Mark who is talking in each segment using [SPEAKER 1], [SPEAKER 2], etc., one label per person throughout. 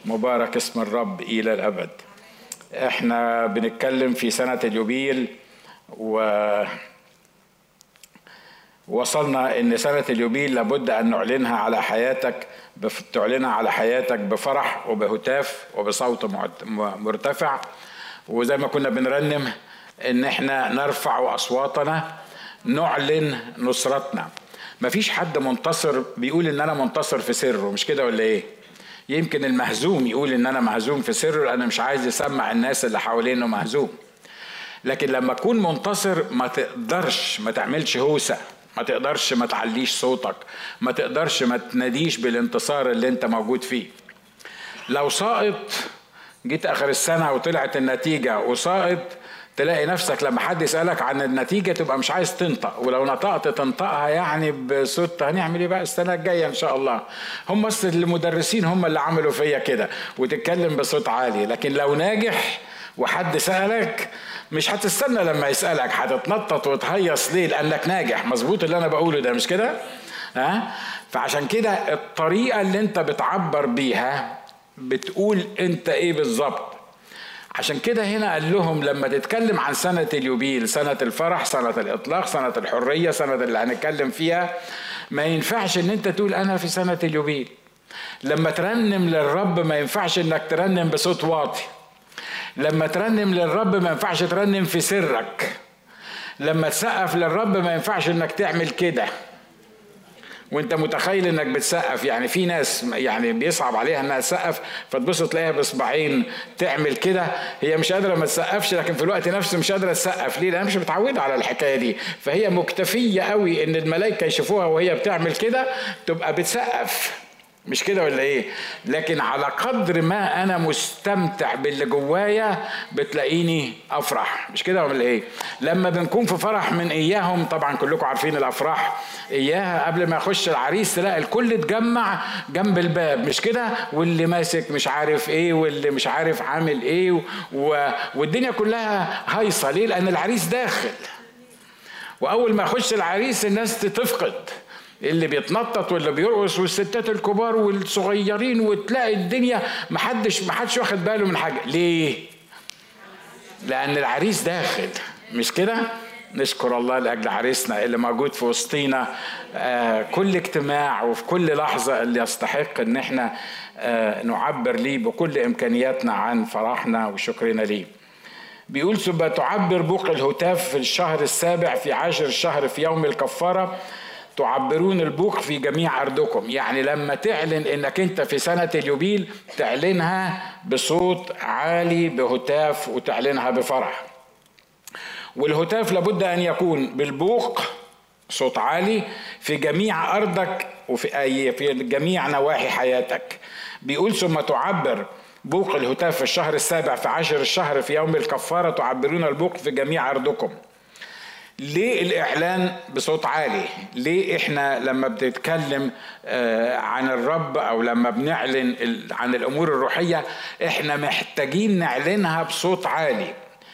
[SPEAKER 1] مبارك اسم الرب إلى الأبد. احنا بنتكلم في سنة اليوبيل، ووصلنا ان سنة اليوبيل لابد ان نعلنها على حياتك، تعلنها على حياتك بفرح وبهتاف وبصوت مرتفع. وزي ما كنا بنرنم ان احنا نرفع اصواتنا نعلن نصرتنا. مفيش حد منتصر بيقول ان انا منتصر في سره، مش كده ولا ايه؟ يمكن المهزوم يقول ان انا مهزوم في سره، انا مش عايز يسمع الناس اللي حوالينه مهزوم. لكن لما اكون منتصر ما تقدرش ما تعملش هوسة، ما تقدرش ما تعليش صوتك، ما تقدرش ما تناديش بالانتصار اللي انت موجود فيه. لو ساقط جيت اخر السنة وطلعت النتيجة وساقط، تلاقي نفسك لما حد يسألك عن النتيجة تبقى مش عايز تنطق، ولو نطقت تنطقها يعني بصوت هنعمل ايه بقى السنة الجاية ان شاء الله. هم بس المدرسين هم اللي عملوا فيا كده، وتتكلم بصوت عالي. لكن لو ناجح وحد سألك مش هتستنى لما يسألك، هتتنطط وتهيص. ليه؟ لأنك ناجح. مظبوط اللي أنا بقوله ده مش كده؟ فعشان كده الطريقة اللي انت بتعبر بيها بتقول انت ايه بالظبط. عشان كده هنا قال لهم لما تتكلم عن سنة اليوبيل، سنة الفرح، سنة الإطلاق، سنة الحرية، سنة اللي هنتكلم فيها، ما ينفعش ان انت تقول انا في سنة اليوبيل. لما ترنم للرب ما ينفعش انك ترنم بصوت واطي. لما ترنم للرب ما ينفعش ترنم في سرك. لما تسقف للرب ما ينفعش انك تعمل كده وانت متخيل انك بتسقف. يعني في ناس يعني بيصعب عليها انها تسقف، فتبص تلاقيها باصبعين تعمل كده، هي مش قادره ما تسقفش، لكن في الوقت نفسه مش قادره تسقف. ليه؟ لانها مش متعوده على الحكايه دي، فهي مكتفيه قوي ان الملائكه يشوفوها وهي بتعمل كده تبقى بتسقف. مش كده ولا ايه؟ لكن على قدر ما انا مستمتع باللي جوايا بتلاقيني افرح. مش كده ولا ايه؟ لما بنكون في فرح من اياهم، طبعا كلكم عارفين الافراح اياها، قبل ما يخش العريس تلاقي الكل اتجمع جنب الباب، مش كده؟ واللي ماسك مش عارف ايه واللي مش عارف عامل ايه والدنيا كلها هايصه. ليه؟ لان العريس داخل، واول ما يخش العريس الناس تتفقد، اللي بيتنطط واللي بيرقص والستات الكبار والصغيرين، وتلاقي الدنيا محدش واخد باله من حاجة. ليه؟ لأن العريس داخل. مش كده؟ نشكر الله لأجل عريسنا اللي موجود في وسطينا كل اجتماع وفي كل لحظة، اللي يستحق ان احنا نعبر ليه بكل امكانياتنا عن فرحنا وشكرنا ليه. بيقول ثم تعبر بوق الهتاف في الشهر السابع في 10 الشهر في يوم الكفارة تعبرون البوق في جميع أرضكم. يعني لما تعلن انك انت في سنة اليوبيل تعلنها بصوت عالي بهتاف وتعلنها بفرح. والهتاف لابد ان يكون بالبوق صوت عالي في جميع أرضك في جميع نواحي حياتك. بيقول ثم تعبر بوق الهتاف في الشهر السابع في 10 الشهر في يوم الكفارة تعبرون البوق في جميع أرضكم. ليه الإعلان بصوت عالي؟ ليه إحنا لما بنتكلم عن الرب أو لما بنعلن عن الأمور الروحية إحنا محتاجين نعلنها بصوت عالي؟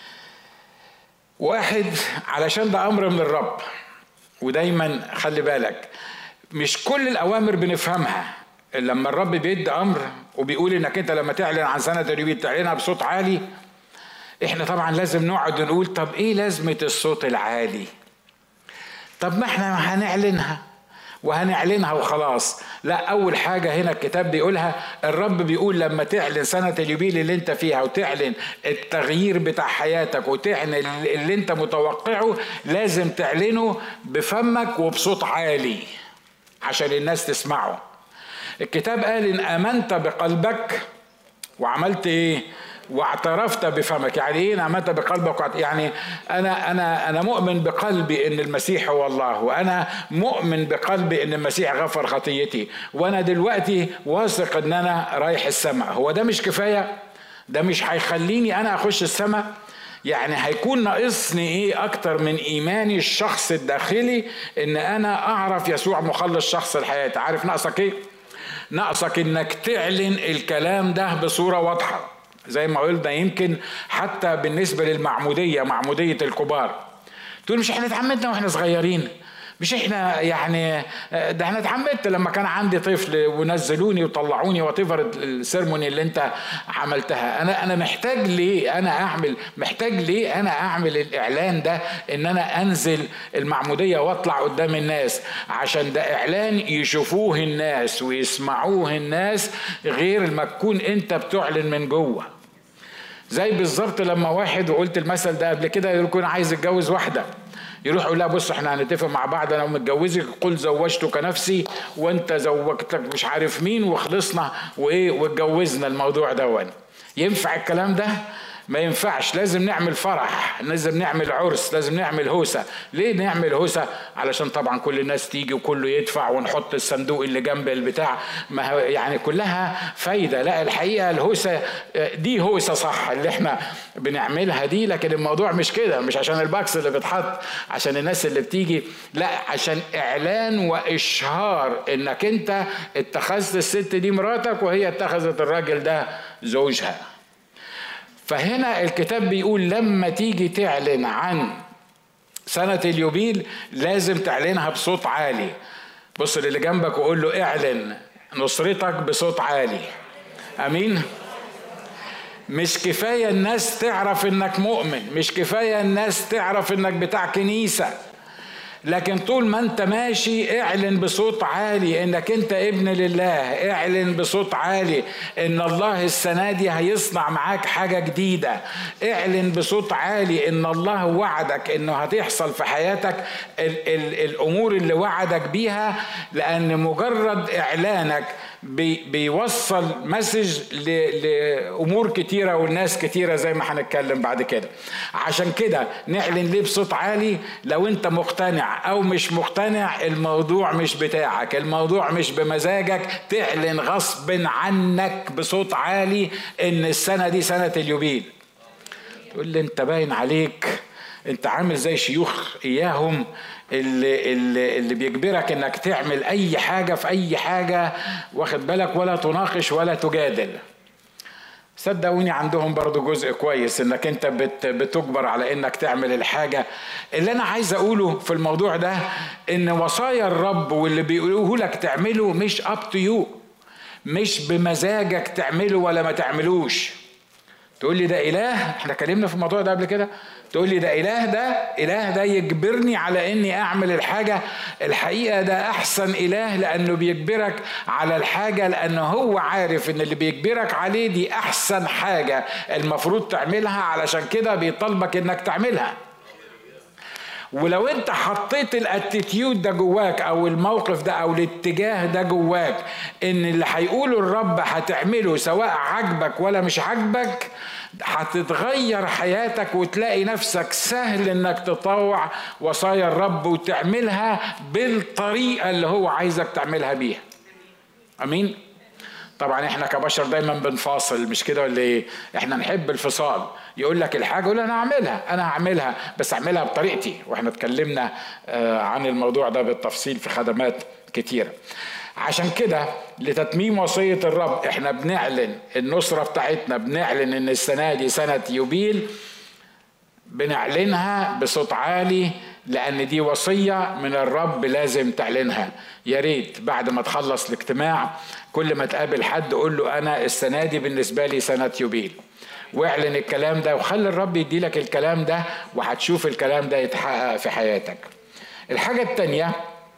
[SPEAKER 1] واحد، علشان ده أمر من الرب، ودايما خلي بالك مش كل الأوامر بنفهمها. لما الرب بيدي أمر وبيقول إنك أنت لما تعلن عن سنة اليوبيل تعلنها بصوت عالي، احنا طبعا لازم نقعد نقول طب ايه لازمة الصوت العالي؟ طب ما احنا هنعلنها وخلاص. لا، اول حاجة هنا الكتاب بيقولها، الرب بيقول لما تعلن سنة اليوبيل اللي انت فيها وتعلن التغيير بتاع حياتك وتعلن اللي انت متوقعه، لازم تعلنه بفمك وبصوت عالي عشان الناس تسمعه. الكتاب قال ان امنت بقلبك وعملت ايه؟ واعترفت بفمك. يعني ايه امنت بقلبك؟ يعني انا مؤمن بقلبي ان المسيح هو الله، وانا مؤمن بقلبي ان المسيح غفر خطيتي، وانا دلوقتي واثق ان انا رايح السماء. هو ده مش كفايه؟ ده مش هيخليني انا اخش السماء؟ يعني هيكون ناقصني ايه اكتر من ايماني الشخص الداخلي ان انا اعرف يسوع مخلص شخص الحياه؟ عارف ناقصك ايه؟ ناقصك انك تعلن الكلام ده بصورة واضحة. زي ما قلنا يمكن حتى بالنسبة للمعمودية، معمودية الكبار، تقول مش احنا اتعمدنا واحنا صغيرين؟ مش احنا يعني ده انا اتعمدت لما كان عندي طفل ونزلوني وطلعوني وطفر السيرموني اللي انت عملتها. انا محتاج ليه انا اعمل الاعلان ده، ان انا انزل المعمودية واطلع قدام الناس، عشان ده اعلان يشوفوه الناس ويسمعوه الناس، غير ما تكون انت بتعلن من جوه. زي بالظبط لما واحد، وقلت المثل ده قبل كده، يكون عايز يتجوز واحدة، يروح يقول لها بص احنا هنتفق مع بعض، انا متجوزك، قل زوجتك نفسي وانت زوجتك مش عارف مين، وخلصنا واتجوزنا الموضوع ده. ينفع الكلام ده؟ ما ينفعش. لازم نعمل فرح، لازم نعمل عرس، لازم نعمل هوسة. ليه نعمل هوسة؟ علشان طبعا كل الناس تيجي وكله يدفع، ونحط الصندوق اللي جنب البتاع، ما يعني كلها فايدة. لا، الحقيقة الهوسة دي هوسة صح اللي احنا بنعملها دي، لكن الموضوع مش كده، مش عشان الباكس اللي بتحط عشان الناس اللي بتيجي، لا، عشان اعلان واشهار انك انت اتخذت الست دي مراتك وهي اتخذت الراجل ده زوجها. فهنا الكتاب بيقول لما تيجي تعلن عن سنة اليوبيل لازم تعلنها بصوت عالي. بص للي جنبك وقول له اعلن نصرتك بصوت عالي. امين. مش كفاية الناس تعرف انك مؤمن، مش كفاية الناس تعرف انك بتاع كنيسة، لكن طول ما انت ماشي اعلن بصوت عالي انك انت ابن لله. اعلن بصوت عالي ان الله السنة دي هيصنع معاك حاجة جديدة. اعلن بصوت عالي ان الله وعدك انه هتحصل في حياتك الامور اللي وعدك بيها، لان مجرد اعلانك بيوصل مسج لأمور كتيرة والناس كتيرة زي ما هنتكلم بعد كده. عشان كده نعلن ليه بصوت عالي. لو انت مقتنع او مش مقتنع، الموضوع مش بتاعك، الموضوع مش بمزاجك، تعلن غصب عنك بصوت عالي ان السنة دي سنة اليوبيل. تقول لي انت باين عليك انت عامل زي شيوخ اياهم اللي بيجبرك انك تعمل اي حاجة في اي حاجة، واخد بالك، ولا تناقش ولا تجادل. صدقوني عندهم برضو جزء كويس انك انت بتجبر على انك تعمل الحاجة. اللي انا عايز اقوله في الموضوع ده ان وصايا الرب واللي بيقولوه لك تعمله مش up to you، مش بمزاجك تعمله ولا ما تعملوش. تقول لي ده اله، احنا اتكلمنا في الموضوع ده قبل كده، تقول لي ده اله ده يجبرني على اني اعمل الحاجة. الحقيقة ده احسن اله، لانه بيجبرك على الحاجة، لانه هو عارف ان اللي بيجبرك عليه دي احسن حاجة المفروض تعملها، علشان كده بيطلبك انك تعملها. ولو انت حطيت الاتيتيود ده جواك او الموقف ده او الاتجاه ده جواك، ان اللي هيقوله الرب هتعمله سواء عجبك ولا مش عجبك، هتتغير حياتك وتلاقي نفسك سهل انك تطوع وصايا الرب وتعملها بالطريقة اللي هو عايزك تعملها بيها. امين. طبعا احنا كبشر دايما بنفاصل، مش كده ولا ايه؟ احنا نحب الفصال. يقول لك الحاجة يقول انا هعملها بس اعملها بطريقتي. واحنا اتكلمنا عن الموضوع ده بالتفصيل في خدمات كتيرة. عشان كده لتتميم وصية الرب احنا بنعلن النصرة بتاعتنا، بنعلن ان السنة دي سنة يوبيل، بنعلنها بصوت عالي لأن دي وصية من الرب لازم تعلنها. يا ريت بعد ما تخلص الاجتماع كل ما تقابل حد قول له أنا السنة دي بالنسبة لي سنة يوبيل، واعلن الكلام ده وخلي الرب يديلك الكلام ده، وهتشوف الكلام ده يتحقق في حياتك. الحاجة التانية،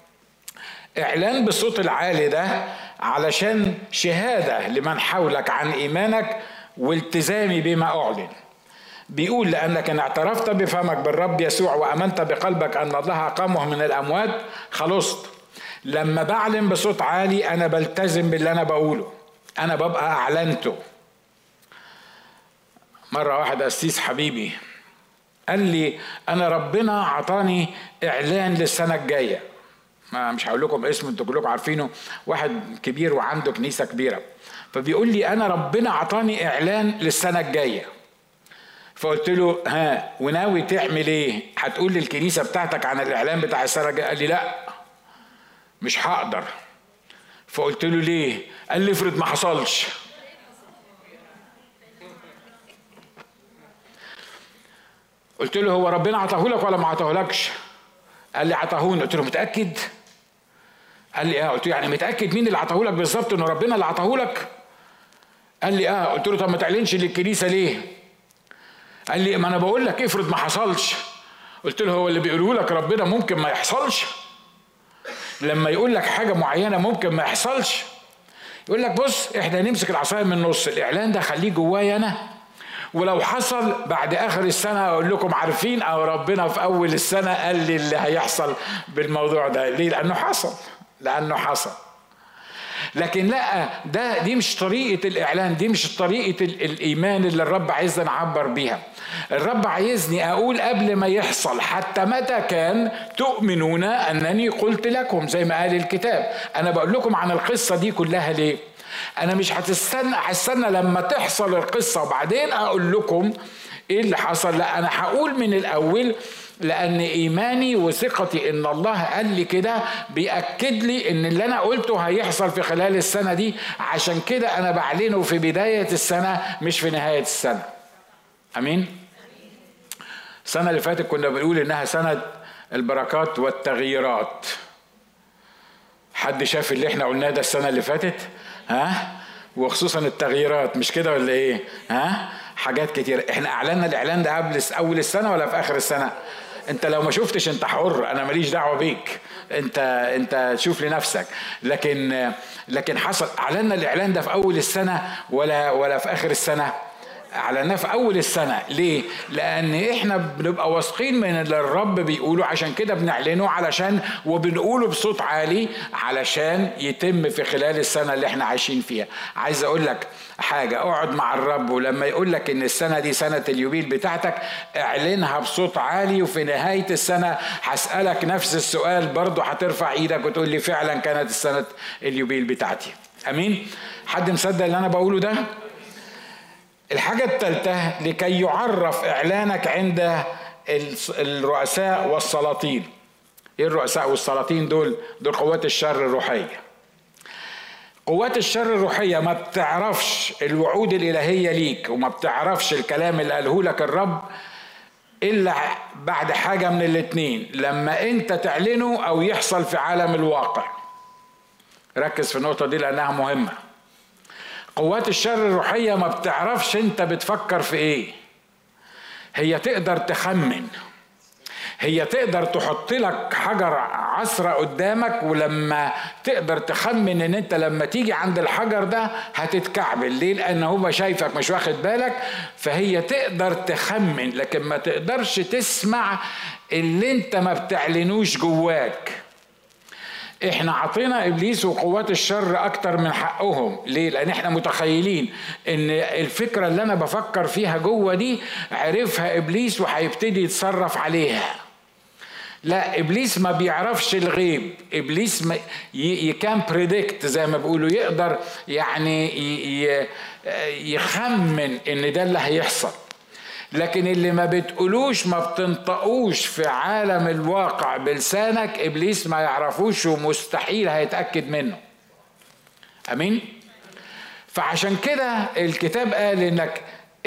[SPEAKER 1] إعلان بصوت العالي ده علشان شهادة لمن حولك عن إيمانك والتزامي بما أعلن. بيقول لأنك إن اعترفت بفمك بالرب يسوع وأمنت بقلبك أن الله أقامه من الأموات خلصت. لما بعلن بصوت عالي أنا بلتزم باللي أنا بقوله، أنا ببقى أعلنته. مرة واحد قسيس حبيبي قال لي أنا ربنا عطاني إعلان للسنة الجاية، ما مش هقول لكم اسمه انتوا كلكم عارفينه، واحد كبير وعنده كنيسة كبيرة، فبيقول لي أنا ربنا عطاني إعلان للسنة الجاية. فقلت له ها وناوي تعمل ايه؟ هتقول للكنيسة بتاعتك عن الإعلان بتاع السنة الجاية؟ قال لي لا مش هقدر. فقلت له ليه؟ قال لي افرض ما حصلش. قلت له هو ربنا عطاهولك ولا ما عطاهولكش؟ قال لي عطاهوني. قلت له متأكد؟ قال لي قلت له يعني متأكد مين اللي عطاهولك بالظبط، انه ربنا اللي عطاهولك؟ قال لي قلت له طب ما تعلنش للكنيسة ليه؟ قال لي ما انا بقول لك افرض ما حصلش. قلت له هو اللي بيقوله لك ربنا ممكن ما يحصلش؟ لما يقول لك حاجة معينة ممكن ما يحصلش. يقول لك بص احنا هنمسك العصاية من النص، الاعلان ده خليه جوايا انا، ولو حصل بعد اخر السنة اقول لكم عارفين او ربنا في اول السنة قال لي اللي هيحصل بالموضوع ده. ليه؟ لانه حصل. لكن لا، دي مش طريقة الإعلان، دي مش طريقة الإيمان اللي الرب عايزنا نعبر بيها. الرب عايزني أقول قبل ما يحصل حتى متى كان تؤمنون أنني قلت لكم، زي ما قال الكتاب. أنا بقول لكم عن القصة دي كلها ليه؟ أنا مش هستنى لما تحصل القصة وبعدين أقول لكم إيه اللي حصل. لا، أنا هقول من الأول، لأن إيماني وثقتي إن الله قال لي كده بيأكد لي إن اللي أنا قلته هيحصل في خلال السنة دي. عشان كده أنا بعلنه في بداية السنة مش في نهاية السنة. أمين؟ السنة اللي فاتت كنا بنقول إنها سنة البركات والتغييرات. حد شاف اللي احنا قلناه ده السنة اللي فاتت؟ وخصوصا التغييرات، مش كده ولا ايه؟ حاجات كتير. احنا اعلنا الاعلان ده قبل اول السنة ولا في اخر السنة؟ انت لو ما شفتش انت حر، انا ماليش دعوة بيك، انت شوف لنفسك. لكن حصل اعلنا الاعلان ده في اول السنة ولا في اخر السنة؟ اعلناه في اول السنة. ليه؟ لان احنا بنبقى واثقين من اللي الرب بيقوله، عشان كده بنعلنه وبنقوله بصوت عالي علشان يتم في خلال السنة اللي احنا عايشين فيها. عايز اقول لك حاجة، اقعد مع الرب ولما يقول لك ان السنة دي سنة اليوبيل بتاعتك اعلنها بصوت عالي، وفي نهاية السنة هسألك نفس السؤال برضو، هترفع ايدك وتقول لي فعلا كانت السنة اليوبيل بتاعتي. امين؟ حد مصدق اللي انا بقوله ده؟ الحاجة الثالثة، لكي يعرف إعلانك عند الرؤساء والسلاطين. إيه الرؤساء والسلاطين دول قوات الشر الروحية. قوات الشر الروحية ما بتعرفش الوعود الإلهية ليك وما بتعرفش الكلام اللي قاله لك الرب إلا بعد حاجة من الاتنين، لما أنت تعلنه أو يحصل في عالم الواقع. ركز في النقطة دي لأنها مهمة. قوات الشر الروحية ما بتعرفش انت بتفكر في ايه. هي تقدر تخمن، هي تقدر تحط لك حجر عصرة قدامك، ولما تقدر تخمن ان انت لما تيجي عند الحجر ده هتتكعبل. ليه؟ لان هو شايفك مش واخد بالك، فهي تقدر تخمن لكن ما تقدرش تسمع اللي انت ما بتعلنوش جواك. احنا عطينا ابليس وقوات الشر اكتر من حقهم. ليه؟ لان احنا متخيلين ان الفكرة اللي انا بفكر فيها جوه دي عرفها ابليس وهيبتدي يتصرف عليها. لا، ابليس ما بيعرفش الغيب. ابليس يكان بريدكت زي ما بيقولوا، يقدر يعني يخمن ان ده اللي هيحصل. لكن اللي ما بتقولوش ما بتنطقوش في عالم الواقع بلسانك ابليس ما يعرفوش ومستحيل هيتأكد منه. امين؟ فعشان كده الكتاب قال انك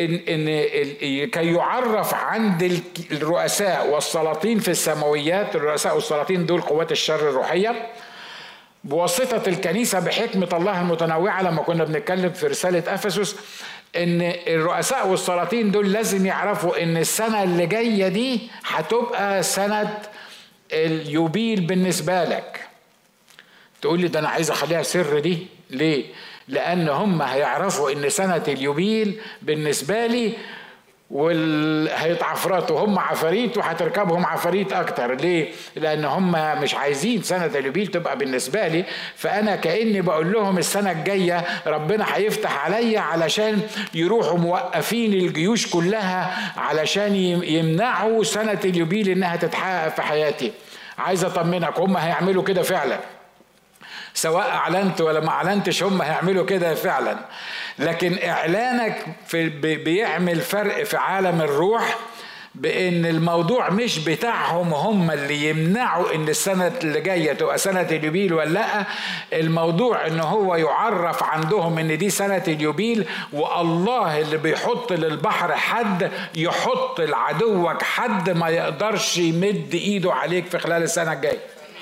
[SPEAKER 1] كي يعرف عند الرؤساء والسلاطين في السماويات. الرؤساء والسلاطين دول قوات الشر الروحية بواسطة الكنيسة بحكمة الله المتنوعة. لما كنا بنتكلم في رسالة أفسس ان الرؤساء والسلاطين دول لازم يعرفوا ان السنة اللي جاية دي هتبقى سنة اليوبيل بالنسبة لك. تقول لي ده انا عايز اخليها سر دي. ليه؟ لان هم هيعرفوا ان سنة اليوبيل بالنسبة لي هيتعفرتوا هم عفاريت وهتركبهم عفاريت اكتر. ليه؟ لان هم مش عايزين سنة اليوبيل تبقى بالنسبة لي، فانا كأني بقول لهم السنة الجاية ربنا هيفتح عليا علشان يروحوا موقفين الجيوش كلها علشان يمنعوا سنة اليوبيل انها تتحقق في حياتي. عايز اطمنك هم هيعملوا كده فعلا، سواء اعلنت ولا ما اعلنتش هم هيعملوا كده فعلا. لكن اعلانك بيعمل فرق في عالم الروح، بان الموضوع مش بتاعهم هم اللي يمنعوا ان السنة اللي جاية تبقى سنة اليوبيل ولا لا. الموضوع ان هو يعرف عندهم ان دي سنة اليوبيل، والله اللي بيحط للبحر حد يحط لعدوك حد ما يقدرش يمد ايده عليك في خلال السنة الجاية.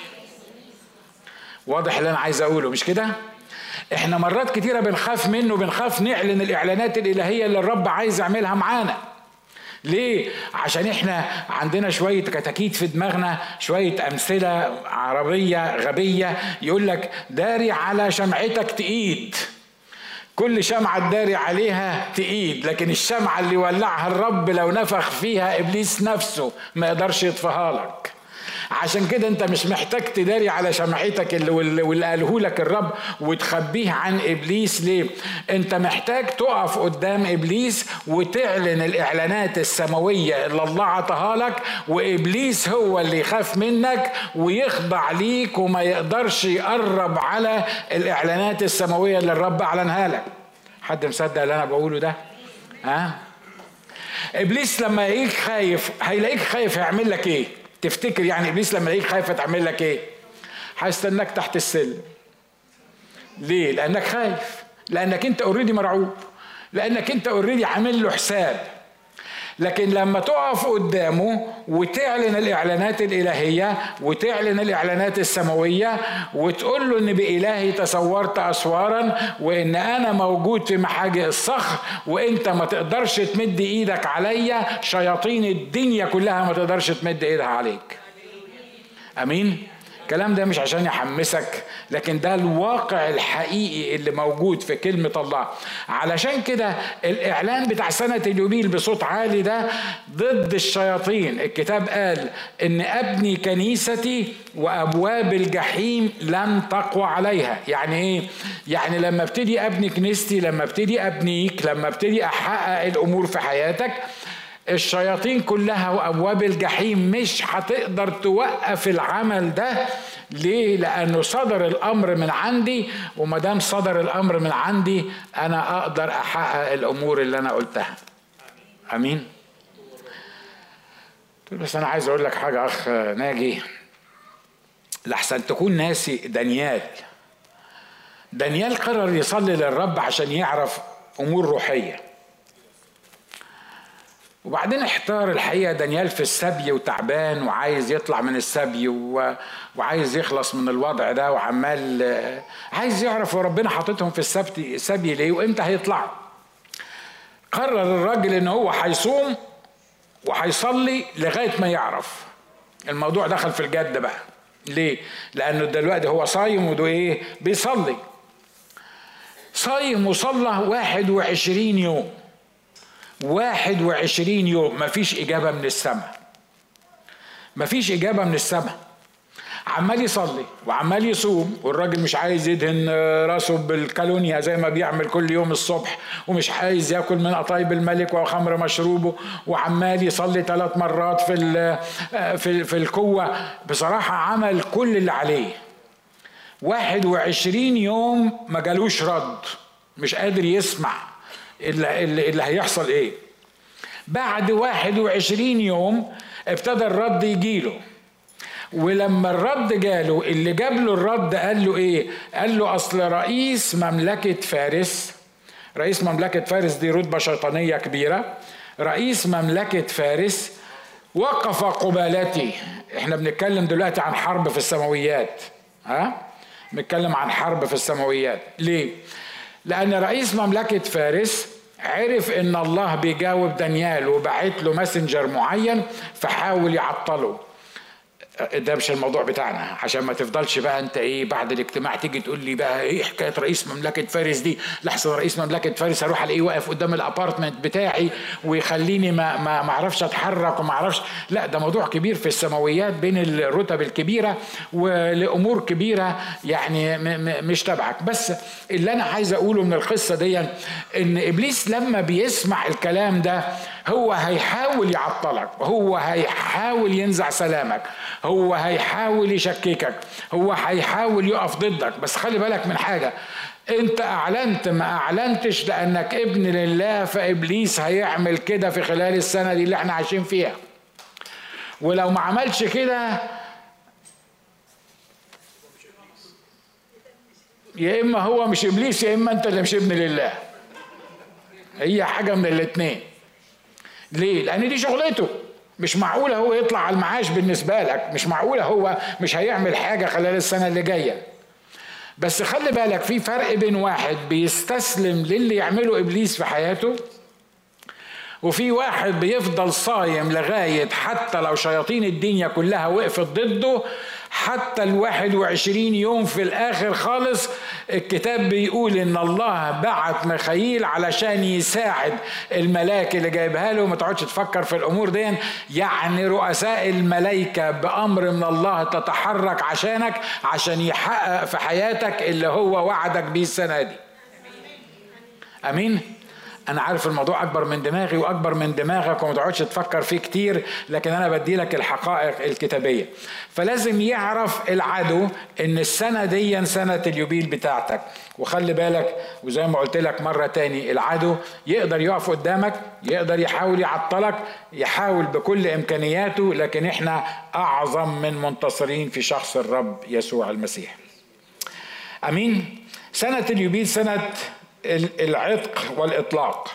[SPEAKER 1] واضح اللي انا عايز اقوله مش كده؟ احنا مرات كتيرة بنخاف منه، بنخاف نعلن الاعلانات الالهية اللي الرب عايز يعملها معانا. ليه؟ عشان احنا عندنا شوية كتاكيت في دماغنا، شوية امثلة عربية غبية يقول لك داري على شمعتك تقيد. كل شمعة تداري عليها تقيد، لكن الشمعة اللي ولعها الرب لو نفخ فيها ابليس نفسه ما يقدرش يطفيها لك. عشان كده انت مش محتاج تداري على شمعتك اللي قاله لك الرب وتخبيه عن ابليس. ليه؟ انت محتاج تقف قدام ابليس وتعلن الاعلانات السماوية اللي الله عطاها لك، وابليس هو اللي يخاف منك ويخضع ليك وما يقدرش يقرب على الاعلانات السماوية اللي الرب اعلنها لك. حد مصدق اللي انا بقوله ده؟ ها؟ ابليس لما يلاقيك خايف هيعمل لك ايه؟ تفتكر يعني ابليس لما يلاقيك خايف تعمل لك ايه؟ هيستناك تحت السلم. ليه؟ لانك خايف، لانك انت اوريدي مرعوب، لانك انت اوريدي عامل له حساب. لكن لما تقف قدامه وتعلن الاعلانات الالهيه وتعلن الاعلانات السماويه وتقول له ان بالهي تصورت اسوارا، وان انا موجود في محاجئ الصخر وانت ما تقدرش تمد ايدك عليا، شياطين الدنيا كلها ما تقدرش تمد ايدها عليك. امين؟ الكلام ده مش عشان يحمسك، لكن ده الواقع الحقيقي اللي موجود في كلمة الله. علشان كده الإعلان بتاع سنة اليوبيل بصوت عالي ده ضد الشياطين. الكتاب قال إن أبني كنيستي وأبواب الجحيم لن تقوى عليها. يعني إيه؟ يعني لما ابتدي أبني كنيستي، لما ابتدي أبنيك، لما ابتدي أحقق الأمور في حياتك، الشياطين كلها وأبواب الجحيم مش هتقدر توقف العمل ده. ليه؟ لأنه صدر الأمر من عندي، ومدام صدر الأمر من عندي أنا أقدر أحقق الأمور اللي أنا قلتها. أمين؟ بس أنا عايز أقول لك حاجة أخ ناجي، لحسن تكون ناسي دانيال قرر يصلي للرب عشان يعرف أمور روحية، وبعدين احتار الحقيقة دانيال في السبي وتعبان وعايز يطلع من السبي وعايز يخلص من الوضع ده، وعمال عايز يعرف ربنا حاططهم في السبي ليه وامتى هيطلعوا. قرر الراجل ان هو هيصوم وهيصلي لغاية ما يعرف. الموضوع دخل في الجد بقى. ليه؟ لانه دلوقتي هو صايم وده ايه؟ بيصلي. صايم وصلى 21 يوم. 21 يوم مفيش إجابة من السماء، مفيش إجابة من السماء. عمال يصلي وعمال يصوم، والراجل مش عايز يدهن راسه بالكالونيا زي ما بيعمل كل يوم الصبح، ومش عايز ياكل من قطايب الملك وخمر مشروبه، وعمال يصلي 3 مرات في الكوة. بصراحة عمل كل اللي عليه. 21 يوم ما جالوش رد، مش قادر يسمع اللي هيحصل ايه. بعد 21 يوم ابتدى الرد يجيله، ولما الرد جاله اللي جاب له الرد قال له ايه؟ قال له اصل رئيس مملكة فارس دي رتبة شيطانية كبيرة. رئيس مملكة فارس وقف قبالتي. احنا بنتكلم دلوقتي عن حرب في السماويات. بنتكلم عن حرب في السماويات. ليه؟ لأن رئيس مملكة فارس عرف إن الله بيجاوب دانيال وبعت له ماسنجر معين، فحاول يعطله. ده مش الموضوع بتاعنا، عشان ما تفضلش بقى انت ايه بعد الاجتماع تيجي تقول لي بقى ايه حكايه رئيس مملكه فارس دي. لحظه، رئيس مملكه فارس هروح الاقيه واقف قدام الابارتمنت بتاعي ويخليني ما اعرفش اتحرك وما اعرفش. لا، ده موضوع كبير في السماويات بين الرتب الكبيره ولامور كبيره يعني مش تبعك. بس اللي انا عايز اقوله من القصه دي ان ابليس لما بيسمع الكلام ده هو هيحاول يعطلك، هو هيحاول ينزع سلامك، هو هيحاول يشككك، هو هيحاول يقف ضدك. بس خلي بالك من حاجة، انت اعلنت ما اعلنتش لانك ابن لله، فابليس هيعمل كده في خلال السنة دي اللي احنا عايشين فيها. ولو ما عملش كده يا اما هو مش ابليس يا اما انت اللي مش ابن لله. هي حاجة من الاتنين. ليه؟ لان دي شغلته. مش معقولة هو يطلع على المعاش بالنسبة لك، مش معقولة هو مش هيعمل حاجة خلال السنة اللي جاية. بس خلي بالك في فرق بين واحد بيستسلم للي يعمله ابليس في حياته، وفي واحد بيفضل صايم لغاية حتى لو شياطين الدنيا كلها وقفت ضده، حتى 21 يوم في الآخر خالص الكتاب بيقول إن الله بعت ميخائيل علشان يساعد الملاك اللي جايبها له. ما تقعدش تفكر في الأمور دي، يعني رؤساء الملائكة بأمر من الله تتحرك عشانك، عشان يحقق في حياتك اللي هو وعدك بيه السنة دي. أمين؟ أنا عارف الموضوع أكبر من دماغي وأكبر من دماغك وما تقعدش تفكر فيه كتير، لكن أنا بدي لك الحقائق الكتابية. فلازم يعرف العدو إن السنة دي سنة اليوبيل بتاعتك. وخلي بالك، وزي ما قلت لك مرة تاني، العدو يقدر يقف قدامك، يقدر يحاول يعطلك، يحاول بكل إمكانياته، لكن إحنا أعظم من منتصرين في شخص الرب يسوع المسيح. أمين؟ سنة اليوبيل سنة العتق والإطلاق.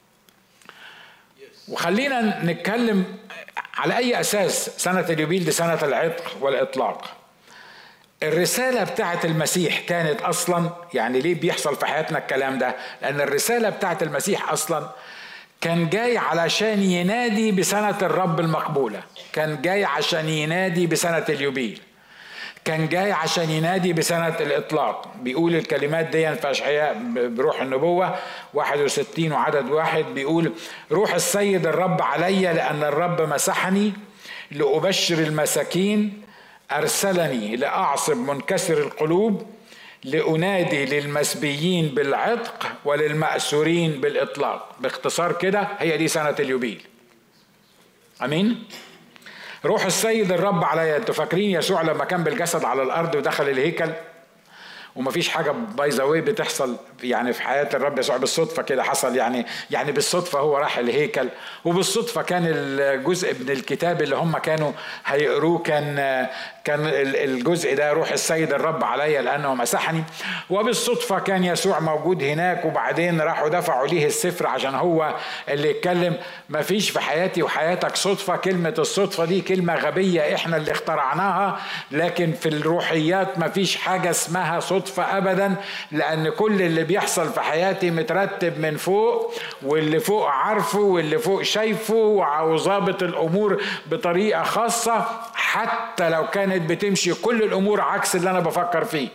[SPEAKER 1] وخلينا نتكلم على أي أساس سنة اليوبيل دي سنة العتق والإطلاق. الرسالة بتاعت المسيح كانت أصلا، يعني ليه بيحصل في حياتنا الكلام ده؟ لأن الرسالة بتاعت المسيح أصلا كان جاي علشان ينادي بسنة الرب المقبولة، كان جاي عشان ينادي بسنة اليوبيل، كان جاي عشان ينادي بسنة الإطلاق. بيقول الكلمات دي في أشعياء بروح النبوة 61 وعدد 1، بيقول: روح السيد الرب علي لأن الرب مسحني لأبشر المساكين، أرسلني لأعصب منكسر القلوب، لأنادي للمسبيين بالعتق وللمأسورين بالإطلاق. باختصار كده هي دي سنة اليوبيل. أمين؟ روح السيد الرب عليا. انتوا فاكرين يسوع لما كان بالجسد على الارض ودخل الهيكل؟ ومفيش حاجه باي ذا واي بتحصل يعني في حياه الرب يسوع بالصدفه كده حصل، يعني بالصدفه هو راح الهيكل، وبالصدفه كان الجزء من الكتاب اللي هم كانوا هيقروه كان الجزء ده روح السيد الرب عليا لانه مسحني. وبالصدفه كان يسوع موجود هناك، وبعدين راحوا دفعوا ليه السفر عشان هو اللي يتكلم. مفيش في حياتي وحياتك صدفه. كلمه الصدفه دي كلمه غبيه احنا اللي اخترعناها، لكن في الروحيات مفيش حاجه اسمها صدفه ابدا، لان كل اللي بيحصل في حياتي مترتب من فوق، واللي فوق عارفه واللي فوق شايفه وظابط الامور بطريقه خاصه، حتى لو كانت بتمشي كل الامور عكس اللي انا بفكر فيه.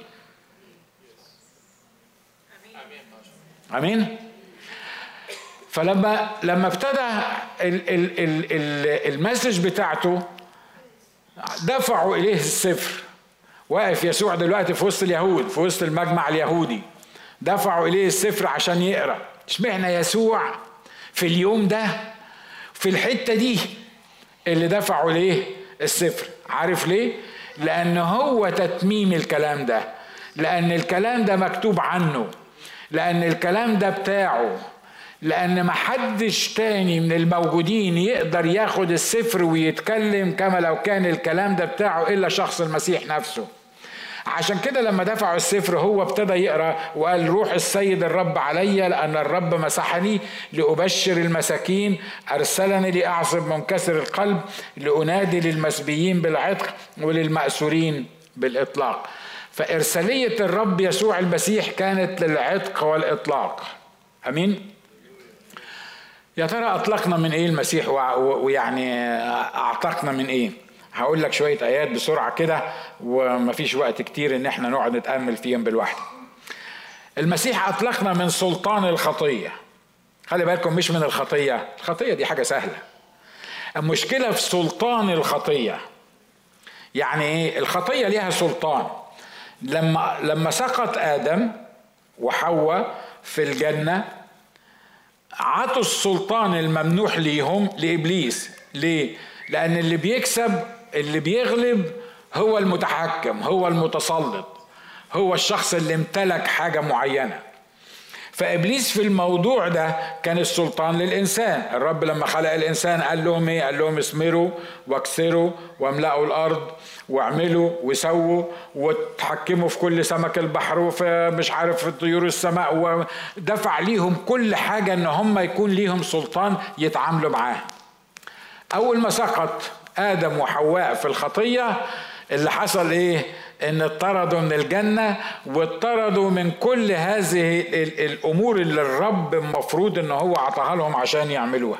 [SPEAKER 1] امين. فلما ابتدى المسج بتاعته دفعوا اليه السفر. واقف يسوع دلوقتي في وسط اليهود، في وسط المجمع اليهودي، دفعوا اليه السفر عشان يقرا. اشمعنى يسوع في اليوم ده في الحته دي اللي دفعوا اليه السفر؟ عارف ليه؟ لان هو تتميم الكلام ده، لان الكلام ده مكتوب عنه، لان الكلام ده بتاعه، لأن محدش تاني من الموجودين يقدر ياخد السفر ويتكلم كما لو كان الكلام ده بتاعه إلا شخص المسيح نفسه. عشان كده لما دفعوا السفر هو ابتدى يقرأ وقال: روح السيد الرب علي لأن الرب مسحني لأبشر المساكين، أرسلني لأعصب منكسر القلب، لأنادي للمسبيين بالعتق وللمأسورين بالإطلاق. فإرسالية الرب يسوع المسيح كانت للعتق والإطلاق. أمين؟ يا ترى أطلقنا من إيه المسيح ويعني أعتقنا من إيه؟ هقول لك شوية آيات بسرعة كده ومفيش وقت كتير إن احنا نقعد نتأمل فيهم بالوحدة. المسيح أطلقنا من سلطان الخطية. خلي بالكم، مش من الخطية، الخطية دي حاجة سهلة. المشكلة في سلطان الخطية. يعني إيه؟ الخطية ليها سلطان. لما سقط آدم وحواء في الجنة، عطوا السلطان الممنوح ليهم لإبليس. ليه؟ لأن اللي بيكسب، اللي بيغلب هو المتحكم، هو المتسلط، هو الشخص اللي امتلك حاجة معينة. فإبليس في الموضوع ده كان السلطان للإنسان. الرب لما خلق الإنسان قال لهم إيه؟ قال لهم اسمروا واكسروا واملأوا الأرض واعملوا وسووا وتحكموا في كل سمك البحر وفي مش عارف في طيور السماء، ودفع ليهم كل حاجة إن هم يكون ليهم سلطان يتعاملوا معاه. أول ما سقط آدم وحواء في الخطية اللي حصل إيه؟ إن اطردوا من الجنة واطردوا من كل هذه الأمور اللي الرب المفروض إنه هو عطاها لهم عشان يعملوها.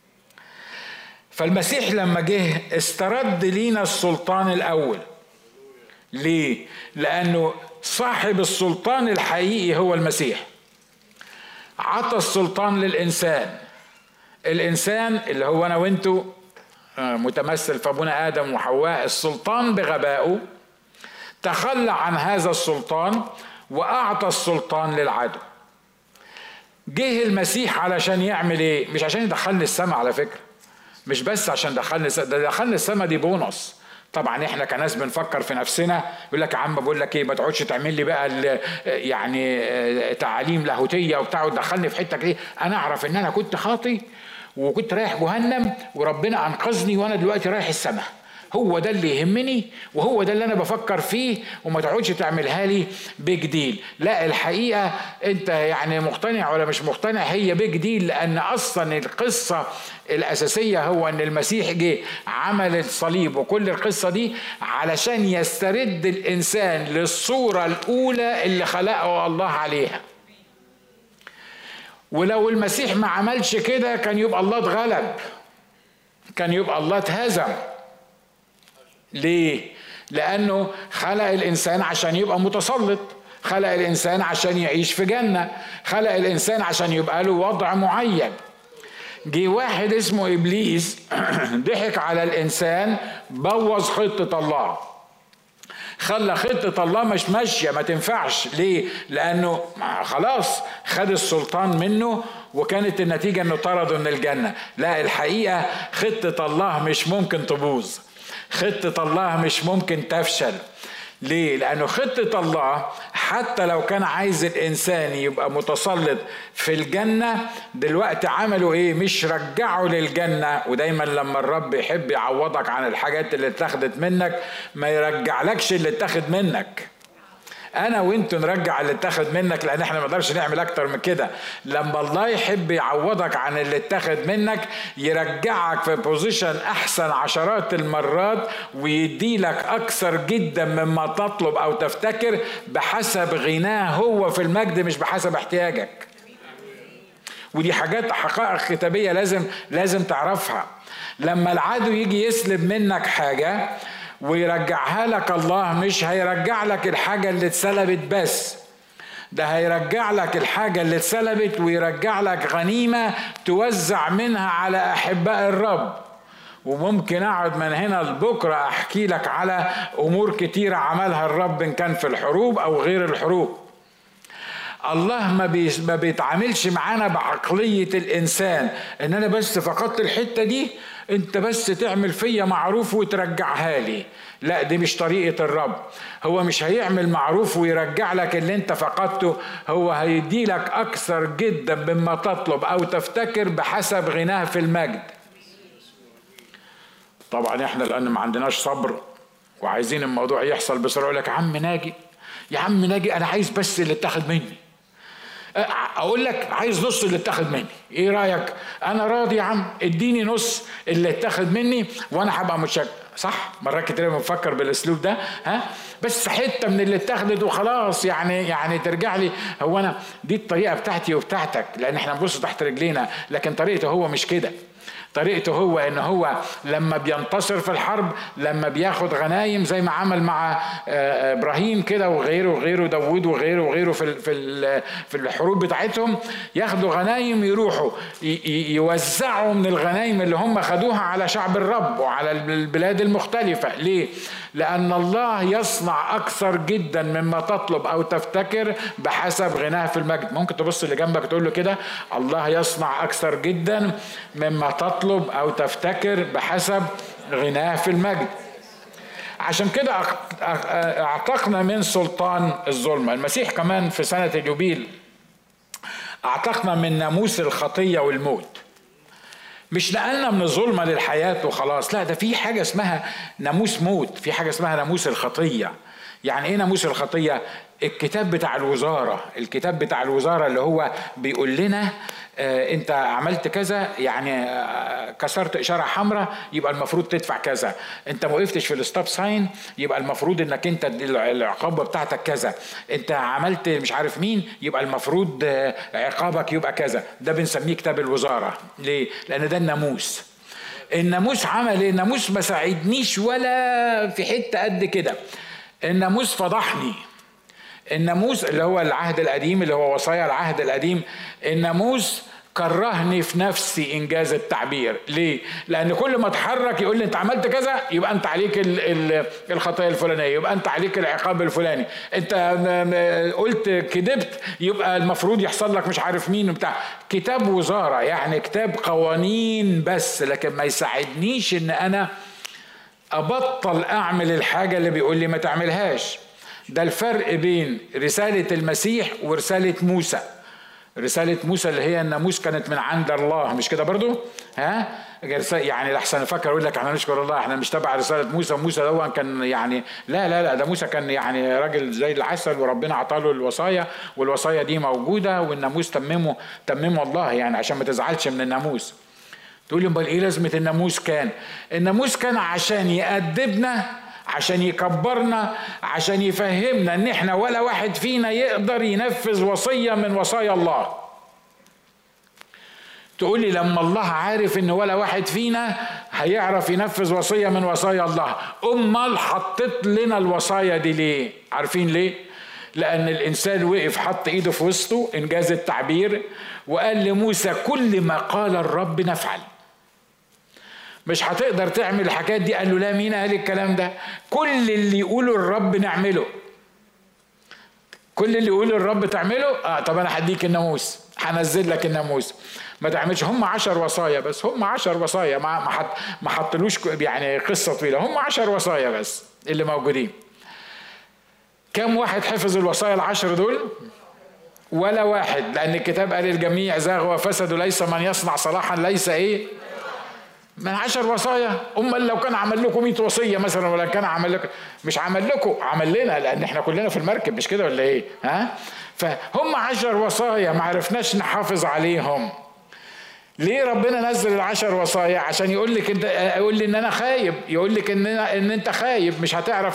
[SPEAKER 1] فالمسيح لما جه استرد لينا السلطان الأول. ليه؟ لأنه صاحب السلطان الحقيقي هو المسيح. عطى السلطان للإنسان. الإنسان اللي هو أنا وإنتو متمثل في أبونا آدم وحواء، السلطان بغبائه تخلى عن هذا السلطان وأعطى السلطان للعدو. جه المسيح علشان يعمل إيه؟ مش عشان يدخلني السماء على فكرة، مش بس عشان دخلني السماء، ده دخلني السماء دي بونص. طبعا احنا كناس بنفكر في نفسنا، يقول لك يا عم بقول لك ايه، ما تقعدش تعمل لي بقى يعني تعاليم لاهوتيه وبتاع وتدخلني في حته كده. انا اعرف ان انا كنت خاطي وكنت رايح جهنم وربنا انقذني وانا دلوقتي رايح السماء. هو ده اللي يهمني وهو ده اللي انا بفكر فيه، وما تقعدش تعملها لي بيج ديل. لا، الحقيقه انت يعني مقتنع ولا مش مقتنع هي بيج ديل، لان اصلا القصه الاساسيه هو ان المسيح جه عمل الصليب وكل القصه دي علشان يسترد الانسان للصوره الاولى اللي خلقه الله عليها. ولو المسيح ما عملش كده كان يبقى الله اتغلب، كان يبقى الله اتهزم. ليه؟ لأنه خلق الإنسان عشان يبقى متسلط، خلق الإنسان عشان يعيش في جنة، خلق الإنسان عشان يبقى له وضع معين. جه واحد اسمه إبليس ضحك على الإنسان، بوظ خطة الله، خلى خطة الله مش ماشية، ما تنفعش. ليه؟ لأنه خلاص خد السلطان منه وكانت النتيجة أنه طرده من الجنة. لا، الحقيقة خطة الله مش ممكن تبوظ، خطة الله مش ممكن تفشل. ليه؟ لأنه خطة الله حتى لو كان عايز الإنسان يبقى متسلط في الجنة، دلوقتي عملوا إيه؟ مش رجعوا للجنة. ودايما لما الرب يحب يعوضك عن الحاجات اللي اتخذت منك ما يرجع لكش اللي اتخذ منك. انا وانتوا نرجع اللي اتخذ منك، لان احنا ما نقدرش نعمل اكتر من كده. لما الله يحب يعوضك عن اللي اتخذ منك يرجعك في بوزيشن احسن عشرات المرات ويديلك اكثر جدا مما تطلب او تفتكر بحسب غناه هو في المجد، مش بحسب احتياجك. ودي حاجات حقائق كتابية لازم تعرفها. لما العدو يجي يسلب منك حاجة ويرجعها لك، الله مش هيرجع لك الحاجة اللي اتسلبت بس، ده هيرجع لك الحاجة اللي اتسلبت ويرجع لك غنيمة توزع منها على أحباء الرب. وممكن أقعد من هنا لبكرة أحكي لك على أمور كتيرة عملها الرب إن كان في الحروب أو غير الحروب. الله ما بيتعاملش معانا بعقلية الإنسان إن أنا بس فقدت الحتة دي انت بس تعمل فيا معروف وترجعها لي. لا، دي مش طريقة الرب. هو مش هيعمل معروف ويرجع لك اللي انت فقدته، هو هيدي لك اكثر جدا مما تطلب او تفتكر بحسب غناه في المجد. طبعا احنا لان ما عندناش صبر وعايزين الموضوع يحصل بسرعة، يقول لك يا عم ناجي انا عايز بس اللي اتاخد مني. اقول لك عايز نص اللي اتاخد مني، ايه رايك؟ انا راضي يا عم، اديني نص اللي اتاخد مني وانا هبقى متشكر. صح؟ مرات كتير بنفكر بالاسلوب ده، بس حته من اللي اتاخدت وخلاص، يعني ترجع لي. هو انا دي الطريقه بتاعتي وبتاعتك لان احنا نبص تحت رجلينا، لكن طريقته هو مش كده. طريقته هو ان هو لما بينتصر في الحرب، لما بياخد غنايم زي ما عمل مع ابراهيم كده وغيره داود وغيره في الحروب بتاعتهم، ياخدوا غنايم يروحوا يوزعوا من الغنايم اللي هم خدوها على شعب الرب وعلى البلاد المختلفة. ليه؟ لأن الله يصنع أكثر جدا مما تطلب أو تفتكر بحسب غناه في المجد. ممكن تبص اللي جنبك تقول له كده: الله يصنع أكثر جدا مما تطلب أو تفتكر بحسب غناه في المجد. عشان كده اعتقنا من سلطان الظلمة. المسيح كمان في سنة اليوبيل اعتقنا من ناموس الخطية والموت. مش نقلنا من الظلمة للحياة وخلاص، لا، ده في حاجة اسمها ناموس موت، في حاجة اسمها ناموس الخطية. يعني ايه ناموس الخطية؟ الكتاب بتاع الوزارة اللي هو بيقول لنا انت عملت كذا، يعني كسرت اشاره حمراء يبقى المفروض تدفع كذا، انت ما وقفتش في الستوب ساين يبقى المفروض انك انت العقابه بتاعتك كذا، انت عملت مش عارف مين يبقى المفروض عقابك يبقى كذا. ده بنسميه كتاب الوزاره. ليه؟ لان ده الناموس. الناموس عمل ايه؟ الناموس ما ساعدنيش ولا في حته قد كده، الناموس فضحني. الناموس اللي هو العهد القديم، اللي هو وصايا العهد القديم، الناموس كرهني في نفسي انجاز التعبير. ليه؟ لان كل ما اتحرك يقول لي انت عملت كذا يبقى انت عليك الخطيه الفلانيه، يبقى انت عليك العقاب الفلاني، انت قلت كذبت يبقى المفروض يحصل لك مش عارف مين وبتاع. كتاب وزاره، يعني كتاب قوانين بس، لكن ما يساعدنيش ان انا ابطل اعمل الحاجه اللي بيقول لي ما تعملهاش. ده الفرق بين رسالة المسيح ورسالة موسى. رسالة موسى اللي هي الناموس كانت من عند الله، مش كده برضو؟ يعني لحسن فكر يقول لك احنا نشكر الله احنا مش تبع رسالة موسى. موسى ده كان يعني لا ده موسى كان يعني راجل زي العسل، وربنا عطاله الوصايا، والوصايا دي موجودة، والناموس تممه الله، يعني عشان ما تزعلش من الناموس. تقول لي امال ايه لازمة الناموس؟ الناموس كان عشان يأدبنا، عشان يكبرنا، عشان يفهمنا ان احنا ولا واحد فينا يقدر ينفذ وصية من وصايا الله. تقول لي لما الله عارف ان ولا واحد فينا هيعرف ينفذ وصية من وصايا الله، امال حطت لنا الوصايا دي ليه؟ عارفين ليه؟ لان الانسان وقف حط ايده في وسطه انجاز التعبير وقال لموسى كل ما قال الرب نفعل. مش هتقدر تعمل الحاجات دي. قال له لا، مين قال الكلام ده؟ كل اللي يقوله الرب نعمله. كل اللي يقوله الرب تعمله. طب انا هديك الناموس، هنزل لك الناموس. ما تعملش، هم 10 وصايا بس، هم 10 وصايا، ما حطلوش يعني قصة طويلة، هم 10 وصايا بس اللي موجودين. كم واحد حفظ الوصايا ال10 دول؟ ولا واحد، لان الكتاب قال الجميع زاغوا وفسدوا، ليس من يصنع صلاحا ليس ايه من 10 وصايا. لو كان عمل لكم 100 وصية مثلا، ولا كان عمل لكم، مش عمل لكم، عمل لنا، لان احنا كلنا في المركب، مش كده ولا ايه؟ فهم 10 وصايا ما عرفناش نحافظ عليهم. ليه ربنا نزل ال10 وصايا؟ عشان يقول لك انت، يقول لي ان انا خايب، يقول لك ان انت خايب مش هتعرف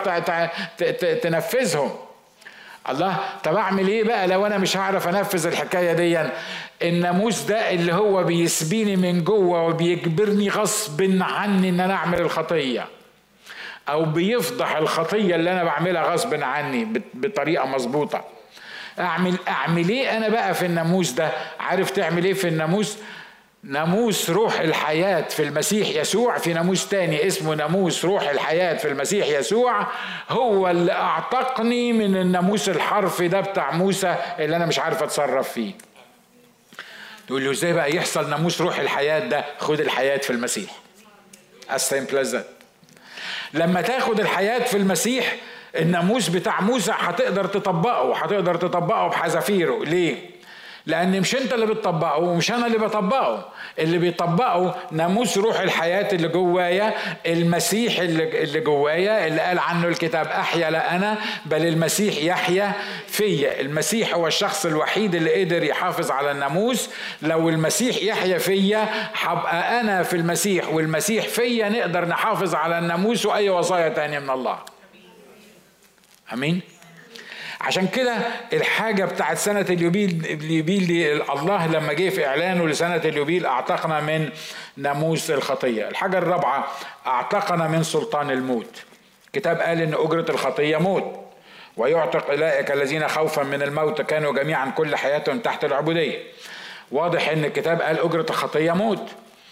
[SPEAKER 1] تنفذهم. الله، طب اعمل ايه بقى لو انا مش هعرف انفذ الحكايه دي؟ الناموس ده اللي هو بيسبيني من جوه وبيجبرني غصب عني ان انا اعمل الخطيه، او بيفضح الخطيه اللي انا بعملها غصب عني بطريقه مظبوطه. اعمل ايه انا بقى في الناموس ده؟ عارف تعمل ايه في الناموس؟ ناموس روح الحياة في المسيح يسوع. في ناموس تاني اسمه ناموس روح الحياة في المسيح يسوع، هو اللي اعتقني من الناموس الحرفي ده بتاع موسى اللي انا مش عارف اتصرف فيه. تقول له ازاي بقى يحصل ناموس روح الحياة ده؟ خد الحياة في المسيح. السيمبل. لما تاخد الحياة في المسيح، الناموس بتاع موسى هتقدر تطبقه بحذافيره. ليه؟ لأن مش أنت اللي بتطبقه ومش أنا اللي بطبقه، اللي بيطبقه ناموس روح الحياة اللي جوايا، المسيح اللي جوايا، اللي قال عنه الكتاب أحيا لا أنا بل المسيح يحيا فيا. المسيح هو الشخص الوحيد اللي قدر يحافظ على الناموس. لو المسيح يحيا فيا هبقى أنا في المسيح والمسيح فيا، نقدر نحافظ على الناموس وأي وصايا تانية من الله. أمين. عشان كده الحاجة بتاعت سنة اليوبيل دي، الله لما جه في إعلانه لسنة اليوبيل أعتقنا من ناموس الخطية. الحاجة الرابعة، أعتقنا من سلطان الموت. الكتاب قال إن أجرة الخطية موت، ويعتق أولئك الذين خوفا من الموت كانوا جميعا كل حياتهم تحت العبودية. واضح إن الكتاب قال أجرة الخطية موت،